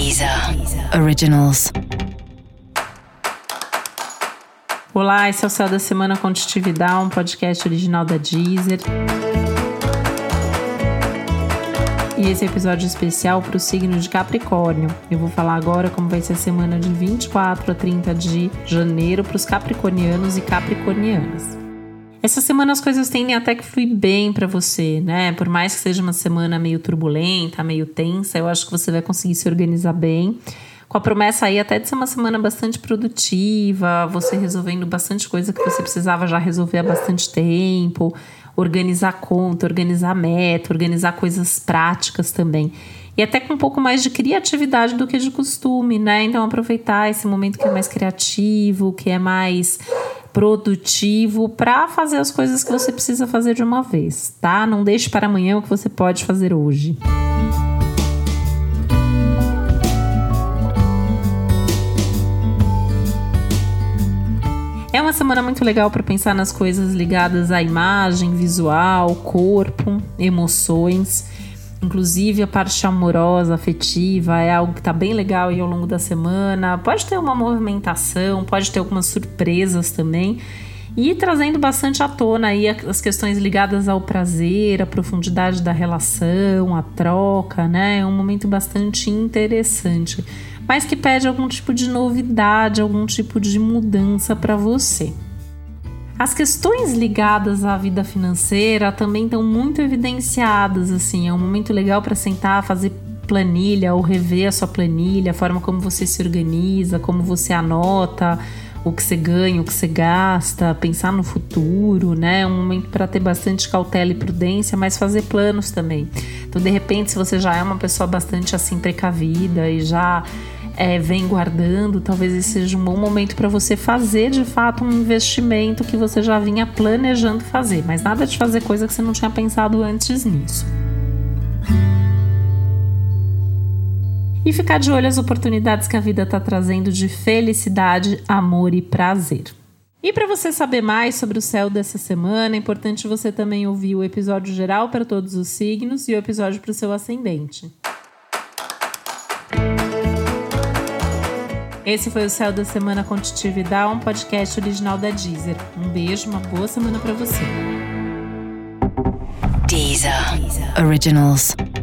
Deezer Originals. Olá, esse é o Céu da Semana com Titividade, um podcast original da Deezer. E esse é um episódio especial para o signo de Capricórnio. Eu vou falar agora como vai ser a semana de 24 a 30 de janeiro para os capricornianos e capricornianas. Essa semana as coisas tendem até que fluir bem para você, né? Por mais que seja uma semana meio turbulenta, meio tensa, eu acho que você vai conseguir se organizar bem. Com a promessa aí até de ser uma semana bastante produtiva, você resolvendo bastante coisa que você precisava já resolver há bastante tempo, organizar conta, organizar meta, organizar coisas práticas também. E até com um pouco mais de criatividade do que de costume, né? Então aproveitar esse momento que é mais criativo, que é mais produtivo para fazer as coisas que você precisa fazer de uma vez, tá? Não deixe para amanhã o que você pode fazer hoje. É uma semana muito legal para pensar nas coisas ligadas à imagem, visual, corpo, emoções. Inclusive a parte amorosa, afetiva, é algo que está bem legal aí ao longo da semana. Pode ter uma movimentação, pode ter algumas surpresas também. E trazendo bastante à tona aí as questões ligadas ao prazer, à profundidade da relação, à troca, né? É um momento bastante interessante, mas que pede algum tipo de novidade, algum tipo de mudança para você. As questões ligadas à vida financeira também estão muito evidenciadas, assim, é um momento legal para sentar, fazer planilha ou rever a sua planilha, a forma como você se organiza, como você anota o que você ganha, o que você gasta, pensar no futuro, né? É um momento para ter bastante cautela e prudência, mas fazer planos também. Então, de repente, se você já é uma pessoa bastante assim precavida e já vem guardando, talvez esse seja um bom momento para você fazer de fato um investimento que você já vinha planejando fazer, mas nada de fazer coisa que você não tinha pensado antes nisso. E ficar de olho às oportunidades que a vida está trazendo de felicidade, amor e prazer. E para você saber mais sobre o céu dessa semana, é importante você também ouvir o episódio geral para todos os signos e o episódio para o seu ascendente. Esse foi o Céu da Semana com Titividade, um podcast original da Deezer. Um beijo, uma boa semana para você. Deezer Originals.